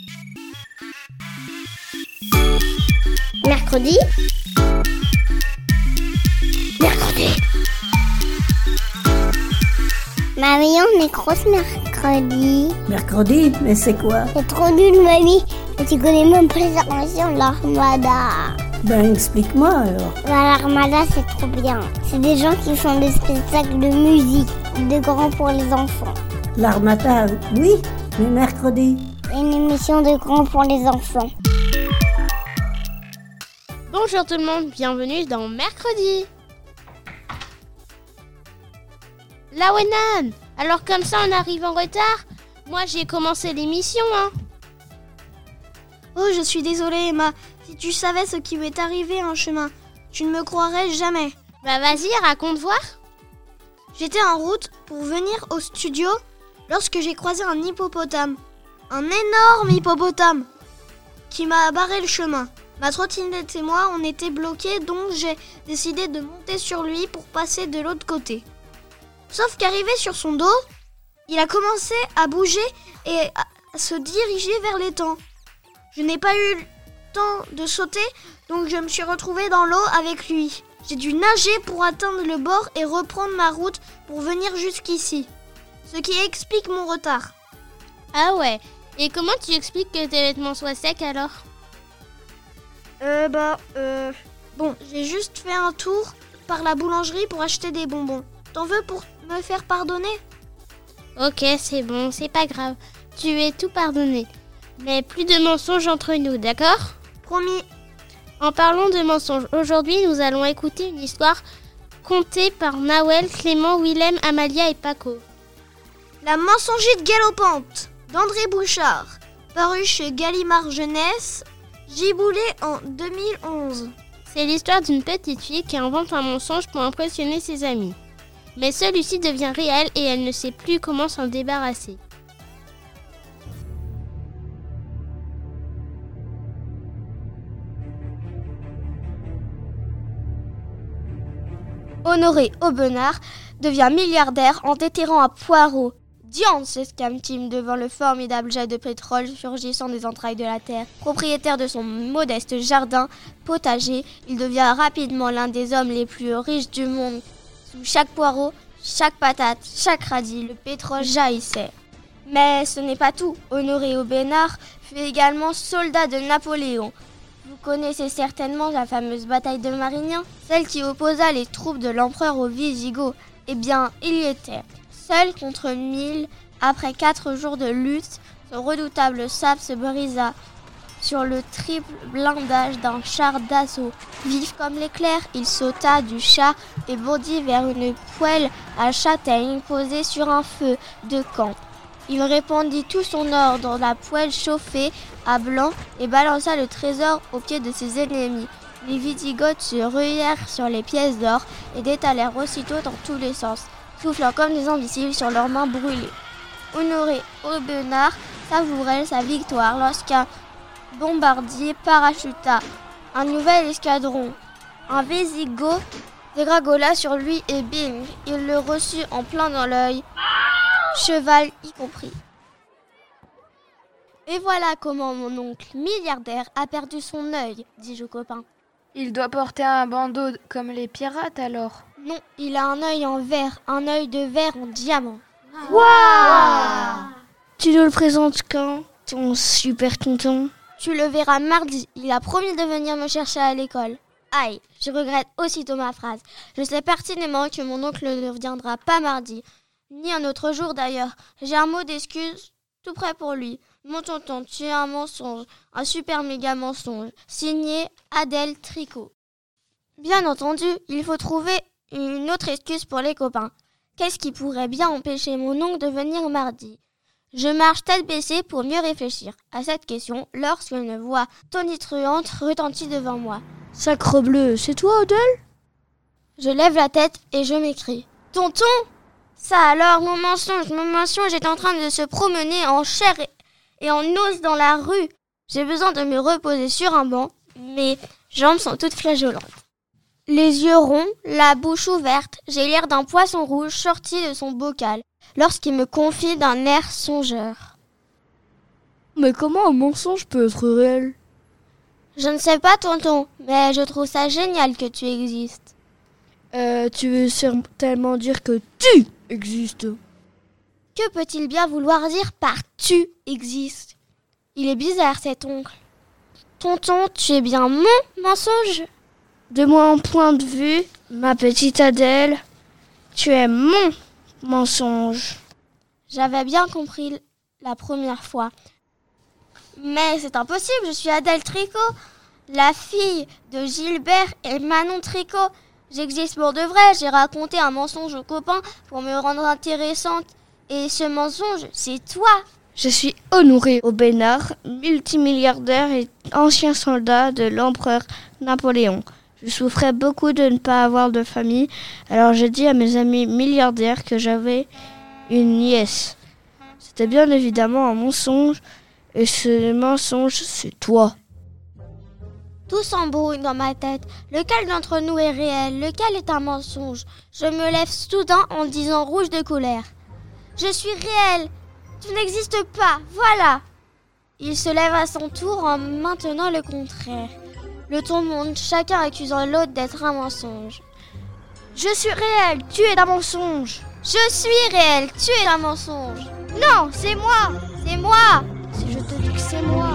Mercredi. Mamie, on est grosse mercredi. Mercredi? Mais c'est quoi? C'est trop nul, mamie. Et tu connais même pas les armations de l'Armada. Ben, explique-moi alors. L'Armada, c'est trop bien. C'est des gens qui font des spectacles de musique, de grands pour les enfants. L'Armada, oui, mais mercredi? C'est une émission de grands pour les enfants. Bonjour tout le monde, bienvenue dans Mercredi. La Wenan, alors comme ça on arrive en retard. Moi j'ai commencé l'émission, hein. Oh, je suis désolée, Emma. Si tu savais ce qui m'est arrivé en chemin, tu ne me croirais jamais. Bah vas-y, raconte voir. J'étais en route pour venir au studio lorsque j'ai croisé un hippopotame. Un énorme hippopotame qui m'a barré le chemin. Ma trottinette et moi, on était bloqués, donc j'ai décidé de monter sur lui pour passer de l'autre côté. Sauf qu'arrivé sur son dos, il a commencé à bouger et à se diriger vers l'étang. Je n'ai pas eu le temps de sauter, donc je me suis retrouvée dans l'eau avec lui. J'ai dû nager pour atteindre le bord et reprendre ma route pour venir jusqu'ici. Ce qui explique mon retard. Ah ouais, et comment tu expliques que tes vêtements soient secs alors ? Bon, j'ai juste fait un tour par la boulangerie pour acheter des bonbons. T'en veux pour me faire pardonner ? Ok, c'est bon, c'est pas grave. Tu es tout pardonné. Mais plus de mensonges entre nous, d'accord ? Promis. En parlant de mensonges, aujourd'hui nous allons écouter une histoire contée par Nawel, Clément, Willem, Amalia et Paco. La mensongite galopante d'André Bouchard, paru chez Gallimard Jeunesse, Giboulé en 2011. C'est l'histoire d'une petite fille qui invente un mensonge pour impressionner ses amis. Mais celui-ci devient réel et elle ne sait plus comment s'en débarrasser. Honoré Aubenard devient milliardaire en déterrant à Poirot. Diane, s'exclame-t-il devant le formidable jet de pétrole surgissant des entrailles de la terre. Propriétaire de son modeste jardin potager, il devient rapidement l'un des hommes les plus riches du monde. Sous chaque poireau, chaque patate, chaque radis, le pétrole jaillissait. Mais ce n'est pas tout. Honoré Aubenard fut également soldat de Napoléon. Vous connaissez certainement la fameuse bataille de Marignan, celle qui opposa les troupes de l'empereur aux Visigoths. Eh bien, il y était. Seul contre 1000, après 4 jours de lutte, son redoutable sabre se brisa sur le triple blindage d'un char d'assaut. Vif comme l'éclair, il sauta du char et bondit vers une poêle à châtaigne posée sur un feu de camp. Il répandit tout son or dans la poêle chauffée à blanc et balança le trésor aux pieds de ses ennemis. Les Visigoths se ruèrent sur les pièces d'or et détalèrent aussitôt dans tous les sens, soufflant comme des invisibles sur leurs mains brûlées. Honoré Aubenard savourait sa victoire lorsqu'un bombardier parachuta un nouvel escadron. Un Visigoth dégringola sur lui et bing, il le reçut en plein dans l'œil, cheval y compris. Et voilà comment mon oncle milliardaire a perdu son œil, dis-je au copain. Il doit porter un bandeau comme les pirates alors. Non, il a un œil en verre, un œil de verre en diamant. Waouh! Tu nous le présentes quand, ton super tonton? Tu le verras mardi, il a promis de venir me chercher à l'école. Aïe, je regrette aussitôt ma phrase. Je sais pertinemment que mon oncle ne reviendra pas mardi, ni un autre jour d'ailleurs. J'ai un mot d'excuse tout prêt pour lui. Mon tonton, tu es un mensonge, un super méga mensonge. Signé Adèle Tricot. Bien entendu, il faut trouver une autre excuse pour les copains. Qu'est-ce qui pourrait bien empêcher mon oncle de venir mardi ? Je marche tête baissée pour mieux réfléchir à cette question lorsqu'une voix tonitruante retentit devant moi. Sacrebleu, c'est toi, Adèle ? Je lève la tête et je m'écrie. Tonton ? Ça alors, mon mensonge est en train de se promener en chair et en os dans la rue. J'ai besoin de me reposer sur un banc. Mes jambes sont toutes flageolantes. Les yeux ronds, la bouche ouverte, j'ai l'air d'un poisson rouge sorti de son bocal lorsqu'il me confie d'un air songeur. Mais comment un mensonge peut être réel? Je ne sais pas, tonton, mais je trouve ça génial que tu existes. Tu veux certainement dire que tu existes? Que peut-il bien vouloir dire par « tu existes » ? Il est bizarre, cet oncle. Tonton, tu es bien mon mensonge ? De mon point de vue, ma petite Adèle, tu es mon mensonge. J'avais bien compris la première fois. Mais c'est impossible, je suis Adèle Tricot, la fille de Gilbert et Manon Tricot. J'existe pour de vrai, j'ai raconté un mensonge aux copains pour me rendre intéressante. Et ce mensonge, c'est toi. Je suis Honoré Aubenard, multimilliardaire et ancien soldat de l'empereur Napoléon. Je souffrais beaucoup de ne pas avoir de famille, alors j'ai dit à mes amis milliardaires que j'avais une nièce. C'était bien évidemment un mensonge, et ce mensonge, c'est toi. Tout s'embrouille dans ma tête. Lequel d'entre nous est réel? Lequel est un mensonge? Je me lève soudain en disant rouge de colère. Je suis réel. Tu n'existes pas. Voilà. Il se lève à son tour en maintenant le contraire. Le ton monte, chacun accusant l'autre d'être un mensonge. Je suis réel, tu es un mensonge. Je suis réel, tu es un mensonge. Non, c'est moi. C'est moi. Si je te dis que c'est moi.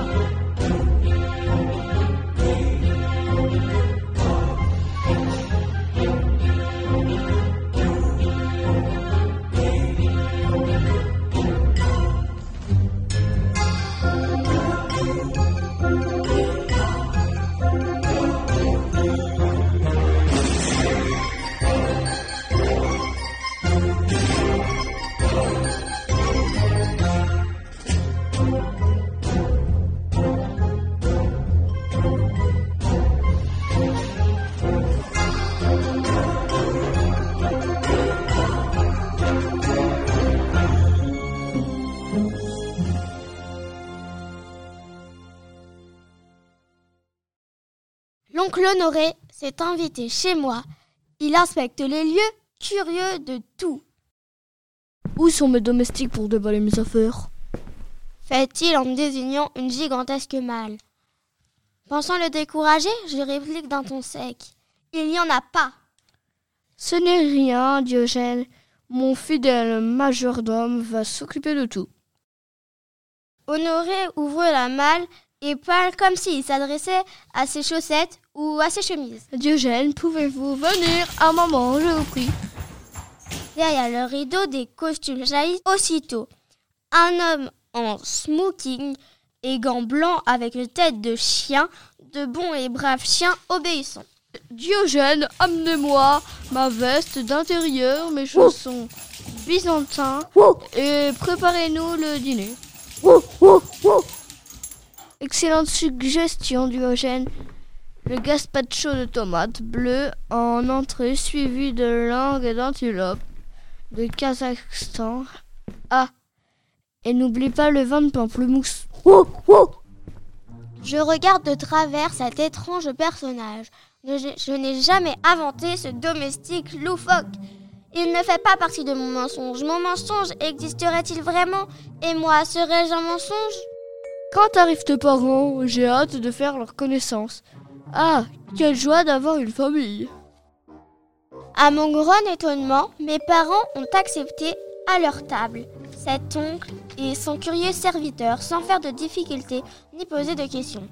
L'oncle Honoré s'est invité chez moi. Il inspecte les lieux, curieux de tout. Où sont mes domestiques pour déballer mes affaires? Fait-il en me désignant une gigantesque malle. Pensant le décourager, je réplique d'un ton sec. Il n'y en a pas. Ce n'est rien, Diogène. Mon fidèle majordome va s'occuper de tout. Honoré ouvre la malle et parle comme s'il s'adressait à ses chaussettes ou à ses chemises. Diogène, pouvez-vous venir un moment, je vous prie? Derrière le rideau, des costumes jaillissent aussitôt. Un homme en smoking et gants blancs avec une tête de chien, de bons et braves chiens obéissants. Diogène, amenez-moi ma veste d'intérieur, mes chaussons byzantins et préparez-nous le dîner. Excellente suggestion, Diogène. Le gazpacho de tomates bleues en entrée, suivi de langue et d'antilope de Kazakhstan. Ah, et n'oublie pas le vin de pamplemousse. Je regarde de travers cet étrange personnage. Je n'ai jamais inventé ce domestique loufoque. Il ne fait pas partie de mon mensonge. Mon mensonge existerait-il vraiment? Et moi, serais-je un mensonge? Quand arrivent tes parents, j'ai hâte de faire leur connaissance. Ah, quelle joie d'avoir une famille! À mon grand étonnement, mes parents ont accepté à leur table cet oncle et son curieux serviteur sans faire de difficultés ni poser de questions.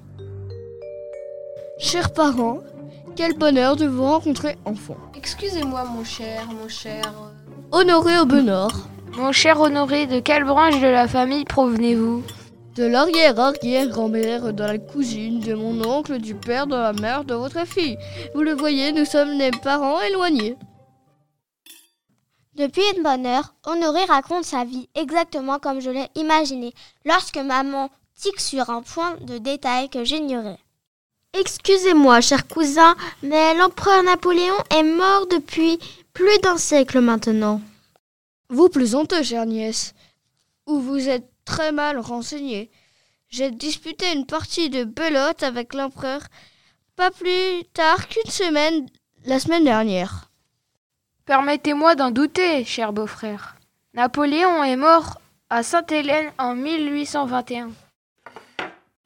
Chers parents, quel bonheur de vous rencontrer enfant. Excusez-moi, mon cher. Honoré Aubenard. Mon cher Honoré, de quelle branche de la famille provenez-vous? De l'arrière-arrière-grand-mère, de la cousine, de mon oncle, du père, de la mère, de votre fille. Vous le voyez, nous sommes des parents éloignés. Depuis une bonne heure, Honoré raconte sa vie exactement comme je l'ai imaginé, lorsque maman tique sur un point de détail que j'ignorais. Excusez-moi, cher cousin, mais l'empereur Napoléon est mort depuis plus d'un siècle maintenant. Vous plaisantez, chère nièce, ou vous êtes très mal renseigné. J'ai disputé une partie de belote avec l'empereur pas plus tard qu'une semaine, la semaine dernière. Permettez-moi d'en douter, cher beau-frère. Napoléon est mort à Sainte-Hélène en 1821.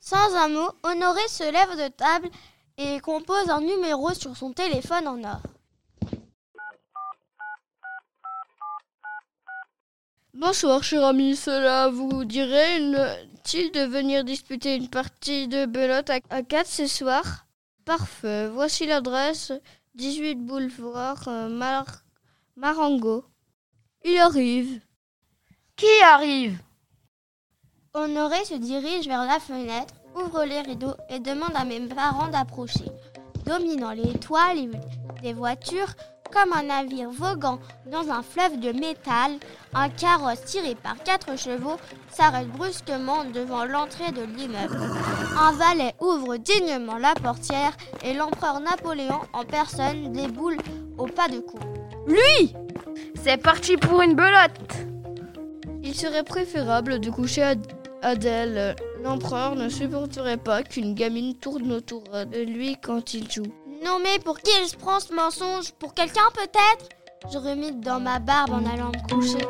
Sans un mot, Honoré se lève de table et compose un numéro sur son téléphone en or. Bonsoir, cher ami. Cela vous dirait il de venir disputer une partie de belote à 4 ce soir? Parfait. Voici l'adresse 18 boulevard Marengo. Il arrive. Qui arrive? Honoré se dirige vers la fenêtre, ouvre les rideaux et demande à mes parents d'approcher. Dominant les toiles des voitures, comme un navire voguant dans un fleuve de métal, un carrosse tiré par 4 chevaux s'arrête brusquement devant l'entrée de l'immeuble. Un valet ouvre dignement la portière et l'empereur Napoléon en personne déboule au pas de cour. Lui! C'est parti pour une belote! Il serait préférable de coucher à Adèle. L'empereur ne supporterait pas qu'une gamine tourne autour de lui quand il joue. Non mais pour qui il se prend ce mensonge? Pour quelqu'un peut-être? Je remis dans ma barbe en allant me coucher.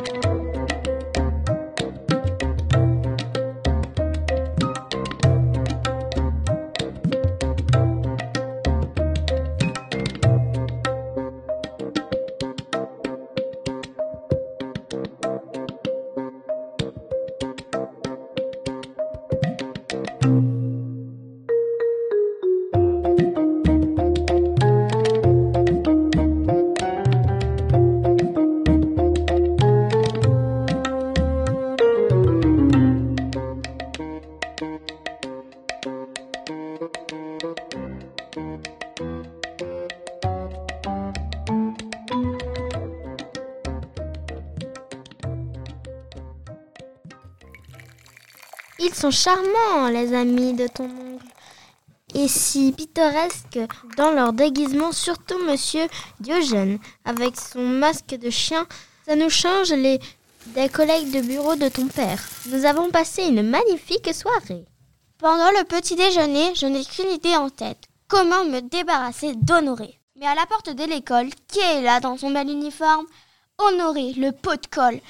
Ils sont charmants, les amis de ton oncle, et si pittoresques dans leur déguisement, surtout monsieur Diogène, avec son masque de chien. Ça nous change des collègues de bureau de ton père. Nous avons passé une magnifique soirée. Pendant le petit déjeuner, je n'ai qu'une idée en tête. Comment me débarrasser d'Honoré? Mais à la porte de l'école, qui est là dans son bel uniforme? Honoré, le pot de colle.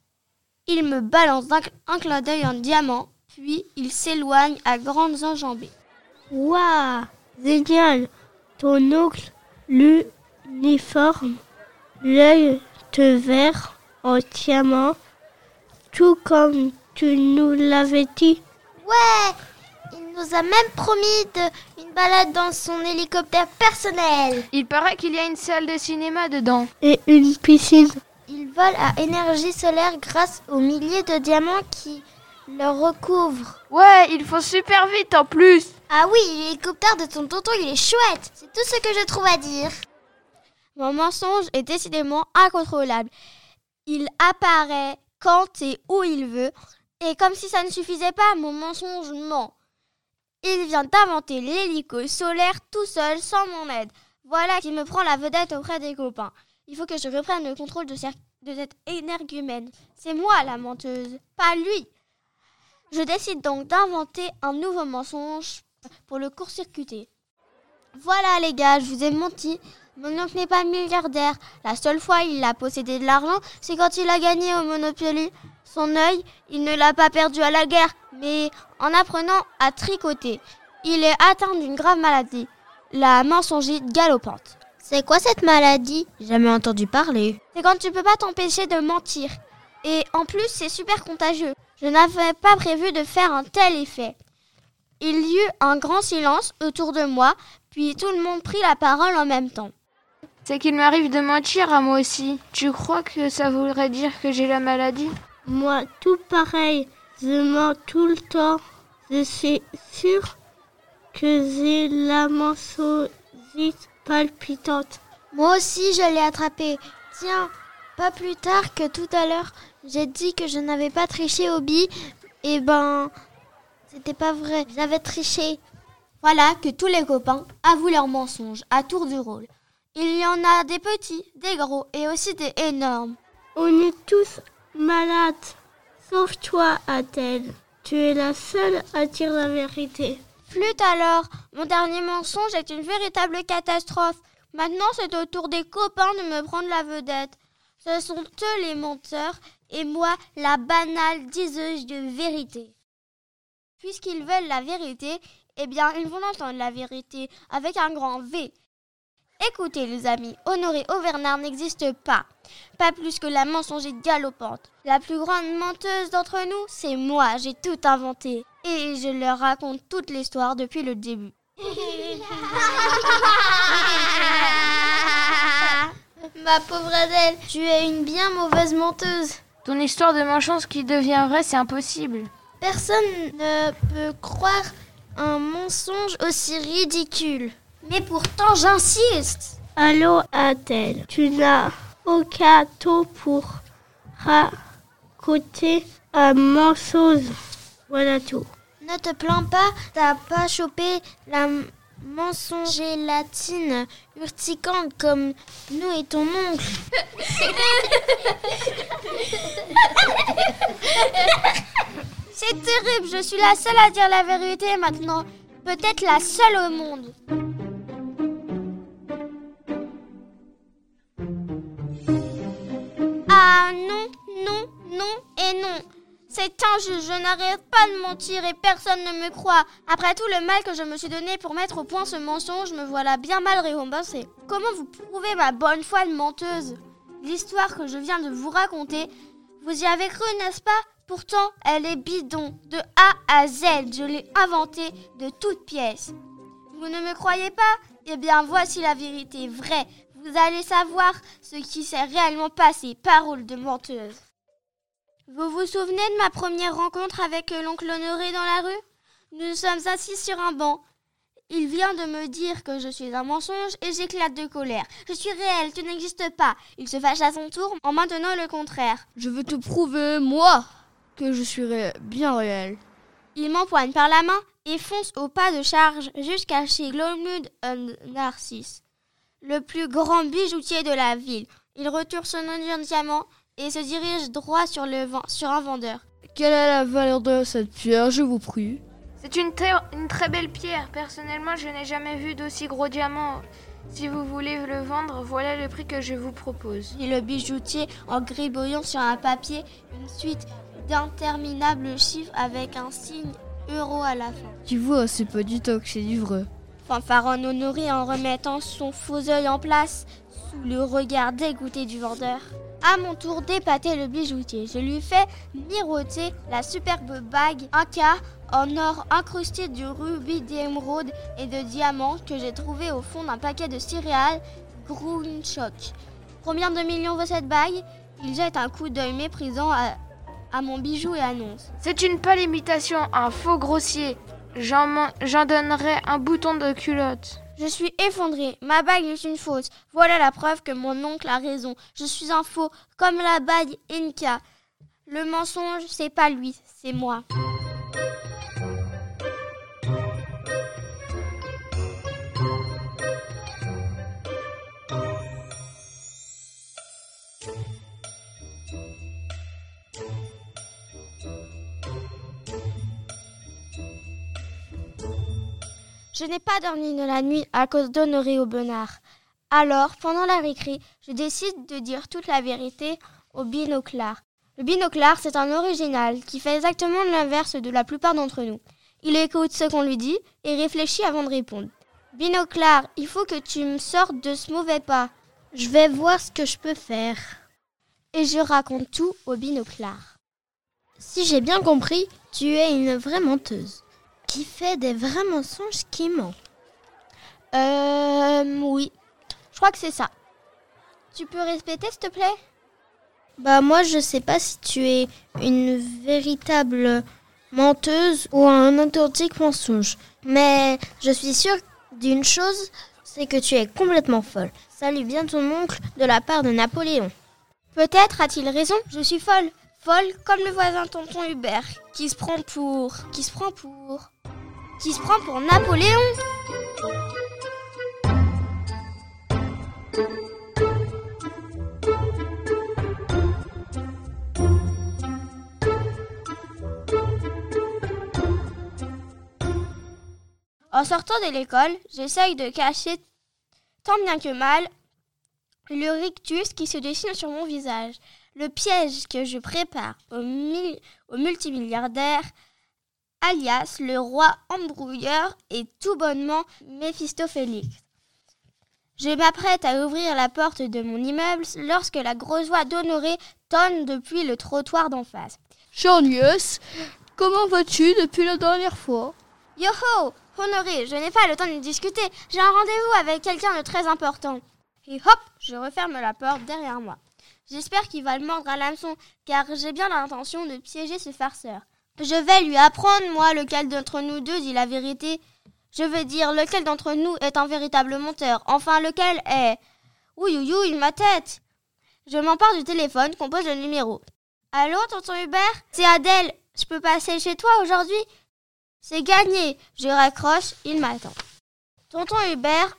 Il me balance un clin d'œil en diamant, puis il s'éloigne à grandes enjambées. Waouh, génial! Ton oncle, l'uniforme, l'œil de verre en diamant, tout comme tu nous l'avais dit. Ouais, il nous a même promis une balade dans son hélicoptère personnel. Il paraît qu'il y a une salle de cinéma dedans. Et une piscine. Il vole à énergie solaire grâce aux milliers de diamants qui le recouvrent. Ouais, il faut super vite en plus. Ah oui, l'hélicoptère de ton tonton, il est chouette. C'est tout ce que je trouve à dire. Mon mensonge est décidément incontrôlable. Il apparaît quand et où il veut. Et comme si ça ne suffisait pas, mon mensonge ment. Il vient d'inventer l'hélico solaire tout seul, sans mon aide. Voilà qui me prend la vedette auprès des copains. Il faut que je reprenne le contrôle de cette énergumène. C'est moi la menteuse, pas lui. Je décide donc d'inventer un nouveau mensonge pour le court-circuiter. Voilà les gars, je vous ai menti. Mon oncle n'est pas milliardaire. La seule fois il a possédé de l'argent, c'est quand il a gagné au Monopoly. Son œil, il ne l'a pas perdu à la guerre, mais en apprenant à tricoter. Il est atteint d'une grave maladie, la mensongite galopante. C'est quoi cette maladie? Jamais entendu parler. C'est quand tu peux pas t'empêcher de mentir. Et en plus, c'est super contagieux. Je n'avais pas prévu de faire un tel effet. Il y eut un grand silence autour de moi, puis tout le monde prit la parole en même temps. C'est qu'il m'arrive de mentir à moi aussi. Tu crois que ça voudrait dire que j'ai la maladie? Moi, tout pareil. Je mens tout le temps. Je suis sûre que j'ai la mensongite palpitante. Moi aussi, je l'ai attrapé. Tiens, pas plus tard que tout à l'heure, j'ai dit que je n'avais pas triché au billes. Eh ben, c'était pas vrai. J'avais triché. Voilà que tous les copains avouent leurs mensonges à tour de rôle. Il y en a des petits, des gros et aussi des énormes. On est tous malades, sauf toi, Adèle. Tu es la seule à dire la vérité. Flûte alors, mon dernier mensonge est une véritable catastrophe. Maintenant, c'est au tour des copains de me prendre la vedette. Ce sont eux les menteurs et moi, la banale diseuse de vérité. Puisqu'ils veulent la vérité, eh bien, ils vont entendre la vérité avec un grand V. Écoutez, les amis, Honoré Auvernard n'existe pas. Pas plus que la mensongère galopante. La plus grande menteuse d'entre nous, c'est moi. J'ai tout inventé. Et je leur raconte toute l'histoire depuis le début. Ma pauvre Adèle, tu es une bien mauvaise menteuse. Ton histoire de malchance qui devient vraie, c'est impossible. Personne ne peut croire un mensonge aussi ridicule. Mais pourtant, j'insiste. Allô, Adèle, tu n'as aucun taux pour raconter un mensonge. Voilà tout. Ne te plains pas, t'as pas chopé la mensongélatine urticante comme nous et ton oncle. C'est terrible, je suis la seule à dire la vérité maintenant. Peut-être la seule au monde. Ah non, non, non et non. C'est injuste, je n'arrête pas de mentir et personne ne me croit. Après tout le mal que je me suis donné pour mettre au point ce mensonge, me voilà bien mal récompensée. Comment vous prouvez ma bonne foi de menteuse ? L'histoire que je viens de vous raconter, vous y avez cru, n'est-ce pas ? Pourtant, elle est bidon, de A à Z. Je l'ai inventée de toutes pièces. Vous ne me croyez pas ? Eh bien, voici la vérité vraie. Vous allez savoir ce qui s'est réellement passé. Parole de menteuse. Vous vous souvenez de ma première rencontre avec l'oncle Honoré dans la rue ? Nous sommes assis sur un banc. Il vient de me dire que je suis un mensonge et j'éclate de colère. Je suis réelle, tu n'existes pas. Il se fâche à son tour en maintenant le contraire. Je veux te prouver, moi, que je suis bien réel. Il m'empoigne par la main et fonce au pas de charge jusqu'à chez Glomud Narcisse, le plus grand bijoutier de la ville. Il retire son oignon de diamant et se dirige droit sur un vendeur. Quelle est la valeur de cette pierre, je vous prie ? C'est une très belle pierre. Personnellement, je n'ai jamais vu d'aussi gros diamant. Si vous voulez le vendre, voilà le prix que je vous propose. Dit le bijoutier en gribouillant sur un papier une suite d'interminables chiffres avec un signe euro à la fin. Tu vois, c'est pas du tout que c'est du vrai. Fanfaronne Honoré en remettant son faux œil en place sous le regard dégoûté du vendeur. À mon tour d'épater le bijoutier, je lui fais miroiter la superbe bague Inca en or incrustée de rubis, d'émeraude et de diamants que j'ai trouvé au fond d'un paquet de céréales Grundchoc. Combien de millions vaut cette bague ? Il jette un coup d'œil méprisant à mon bijou et annonce. C'est une pâle imitation, un faux grossier. J'en donnerai un bouton de culotte. Je suis effondrée. Ma bague est une fausse. Voilà la preuve que mon oncle a raison. Je suis un faux, comme la bague Inca. Le mensonge, c'est pas lui, c'est moi. Je n'ai pas dormi de la nuit à cause d'Honoré Auvernard. Alors, pendant la récré, je décide de dire toute la vérité au binoclard. Le binoclard, c'est un original qui fait exactement l'inverse de la plupart d'entre nous. Il écoute ce qu'on lui dit et réfléchit avant de répondre. Binoclard, il faut que tu me sortes de ce mauvais pas. Je vais voir ce que je peux faire. Et je raconte tout au binoclard. Si j'ai bien compris, tu es une vraie menteuse. Qui fait des vrais mensonges qui ment. Oui. Je crois que c'est ça. Tu peux répéter, s'il te plaît ? Bah moi, je sais pas si tu es une véritable menteuse ou un authentique mensonge. Mais je suis sûre d'une chose, c'est que tu es complètement folle. Ça lui vient de ton oncle de la part de Napoléon. Peut-être a-t-il raison, je suis folle. Folle comme le voisin tonton Hubert, qui se prend pour Napoléon. En sortant de l'école, j'essaye de cacher tant bien que mal le rictus qui se dessine sur mon visage. Le piège que je prépare au multimilliardaire alias le roi embrouilleur et tout bonnement Méphistophélix. Je m'apprête à ouvrir la porte de mon immeuble lorsque la grosse voix d'Honoré tonne depuis le trottoir d'en face. Chère nièce, comment vas-tu depuis la dernière fois? Yo-ho, Honoré, je n'ai pas le temps de discuter. J'ai un rendez-vous avec quelqu'un de très important. Et hop, je referme la porte derrière moi. J'espère qu'il va le mordre à l'hameçon, car j'ai bien l'intention de piéger ce farceur. Je vais lui apprendre, moi, lequel d'entre nous deux dit la vérité. Je veux dire, lequel d'entre nous est un véritable menteur. Enfin, lequel est... Ouïouïouï, ma tête. Je m'empare du téléphone, compose le numéro. Allô, tonton Hubert? C'est Adèle. Je peux passer chez toi aujourd'hui? C'est gagné. Je raccroche, il m'attend. Tonton Hubert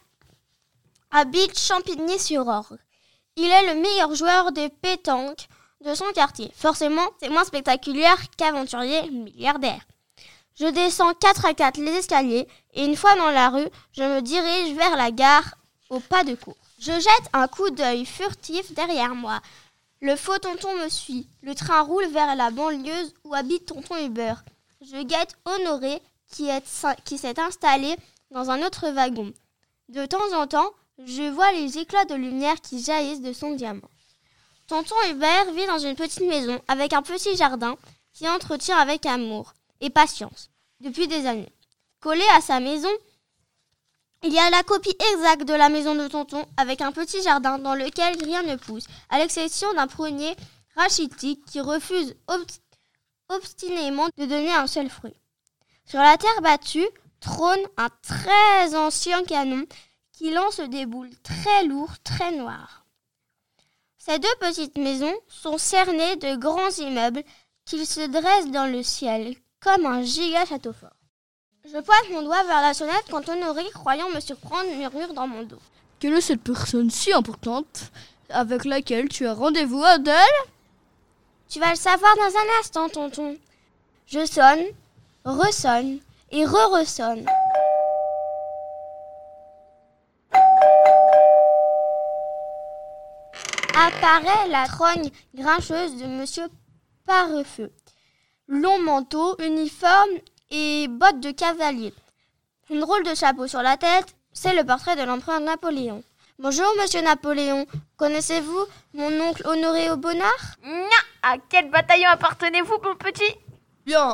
habite Champigny-sur-Orge. Il est le meilleur joueur de pétanque de son quartier. Forcément, c'est moins spectaculaire qu'aventurier milliardaire. Je descends 4 à 4 les escaliers et une fois dans la rue, je me dirige vers la gare au pas de course. Je jette un coup d'œil furtif derrière moi. Le faux tonton me suit. Le train roule vers la banlieue où habite tonton Hubert. Je guette Honoré qui s'est installé dans un autre wagon. De temps en temps, je vois les éclats de lumière qui jaillissent de son diamant. Tonton Hubert vit dans une petite maison avec un petit jardin qui entretient avec amour et patience depuis des années. Collé à sa maison, il y a la copie exacte de la maison de tonton avec un petit jardin dans lequel rien ne pousse, à l'exception d'un prunier rachitique qui refuse obstinément de donner un seul fruit. Sur la terre battue trône un très ancien canon qui lance des boules très lourdes, très noires. Ces deux petites maisons sont cernées de grands immeubles qui se dressent dans le ciel, comme un giga château fort. Je pointe mon doigt vers la sonnette quand Honoré, croyant me surprendre, murmure dans mon dos. Quelle est cette personne si importante avec laquelle tu as rendez-vous, Adèle? Tu vas le savoir dans un instant, tonton. Je sonne, ressonne et re-ressonne. Apparaît la trogne grincheuse de Monsieur Parfeu. Long manteau, uniforme et bottes de cavalier. Une drôle de chapeau sur la tête, c'est le portrait de l'empereur Napoléon. Bonjour, monsieur Napoléon. Connaissez-vous mon oncle Honoré Aubonard? À quel bataillon appartenez-vous, mon petit? Bien,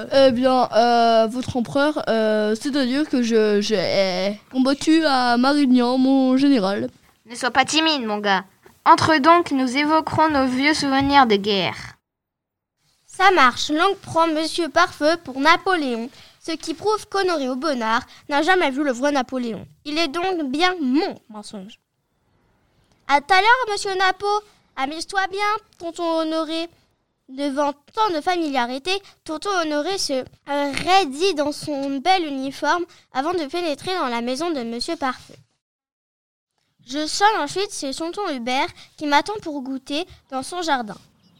votre empereur, c'est-à-dire que j'ai combattu à Marignan, mon général. Ne sois pas timide, mon gars. Entre donc, nous évoquerons nos vieux souvenirs de guerre. Ça marche, l'oncle prend Monsieur Parfeu pour Napoléon, ce qui prouve qu'Honoré Aubonard n'a jamais vu le vrai Napoléon. Il est donc bien mon mensonge. À tout à l'heure, monsieur Napo. Amuse-toi bien, tonton Honoré. Devant tant de familiarité, tonton Honoré se raidit dans son bel uniforme avant de pénétrer dans la maison de monsieur Parfeu. Je sonne ensuite chez tonton Hubert qui m'attend pour goûter dans son jardin.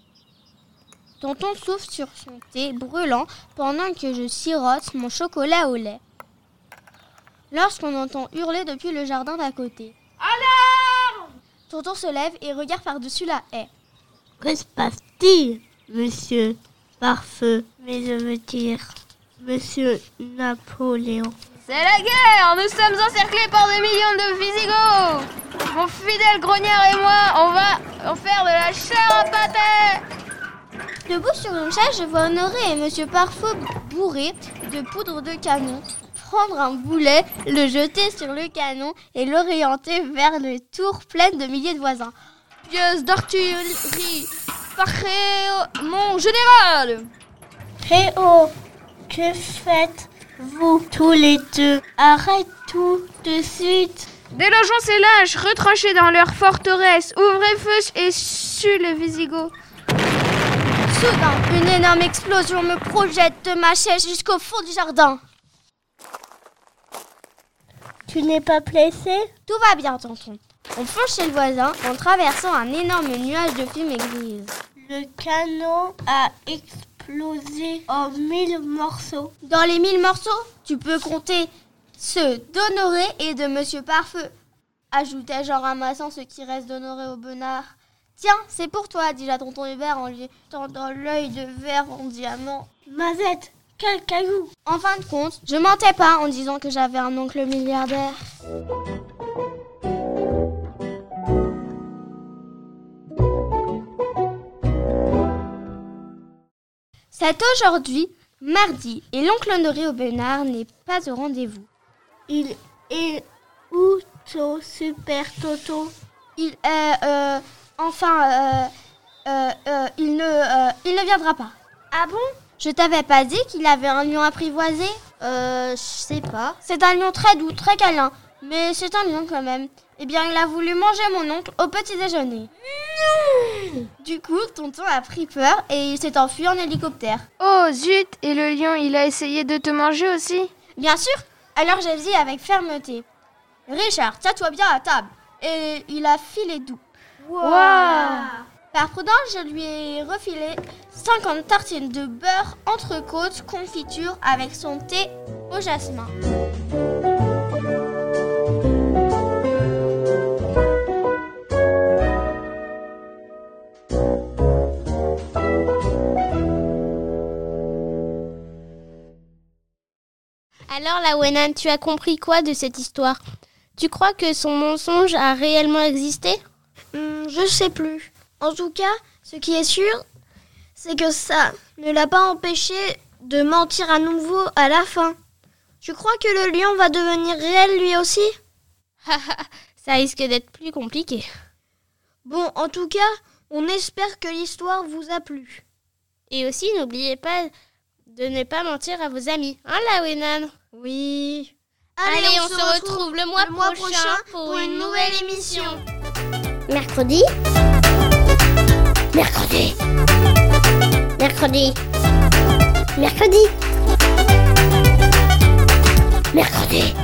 Tonton souffle sur son thé brûlant pendant que je sirote mon chocolat au lait. Lorsqu'on entend hurler depuis le jardin d'à côté. Alarme! Tonton se lève et regarde par-dessus la haie. Que se passe-t-il, monsieur Parfeu, mais je veux dire, monsieur Napoléon? C'est la guerre! Nous sommes encerclés par des millions de Visigoths! Mon fidèle grognard et moi, on va en faire de la chair à pâté! Debout sur une chaise, je vois Honoré et monsieur Parfeu bourré de poudre de canon prendre un boulet, le jeter sur le canon et l'orienter vers les tours pleines de milliers de voisins. Pièce d'artillerie, paré, mon général! Hé oh, que faites-vous tous les deux? Arrête tout de suite. Délogeons ces lâches, retranchés dans leur forteresse, ouvrez feu et suez les Visigoths. Soudain, une énorme explosion me projette de ma chaise jusqu'au fond du jardin. Tu n'es pas blessé? Tout va bien, tonton. On fonce chez le voisin en traversant un énorme nuage de fumée grise. Le canon a explosé en 1000 morceaux. Dans les 1000 morceaux, tu peux compter ceux d'Honoré et de Monsieur Parfeu, ajoutai-je en ramassant ce qui reste d'Honoré Aubonard. Tiens, c'est pour toi, dis-je à tonton Hubert en lui tendant l'œil de verre en diamant. Mazette, Quel caillou! En fin de compte, je mentais pas en disant que j'avais un oncle milliardaire. C'est aujourd'hui, mardi, et l'oncle Honoré Aubenard n'est pas au rendez-vous. Il est où, Super Toto? Il est, il ne viendra pas. Ah bon? Je t'avais pas dit qu'il avait un lion apprivoisé? Je sais pas. C'est un lion très doux, très câlin, mais c'est un lion quand même. Eh bien, il a voulu manger mon oncle au petit déjeuner. Non! Du coup, tonton a pris peur et il s'est enfui en hélicoptère. Oh zut! Et le lion, il a essayé de te manger aussi? Bien sûr! Alors j'ai dit avec fermeté: Richard, tiens-toi bien à table. Et il a filé doux. Wow. Par prudence, je lui ai refilé 50 tartines de beurre, entrecôte, confiture avec son thé au jasmin. Alors, Lawenan, tu as compris quoi de cette histoire? Tu crois que son mensonge a réellement existé? Je sais plus. En tout cas, ce qui est sûr, c'est que ça ne l'a pas empêché de mentir à nouveau à la fin. Tu crois que le lion va devenir réel lui aussi? Ça risque d'être plus compliqué. Bon, en tout cas, on espère que l'histoire vous a plu. Et aussi, n'oubliez pas de ne pas mentir à vos amis. Hein, Lawenan? Oui. Allez, on se retrouve le mois prochain pour une nouvelle émission. Mercredi. Mercredi. Mercredi. Mercredi. Mercredi.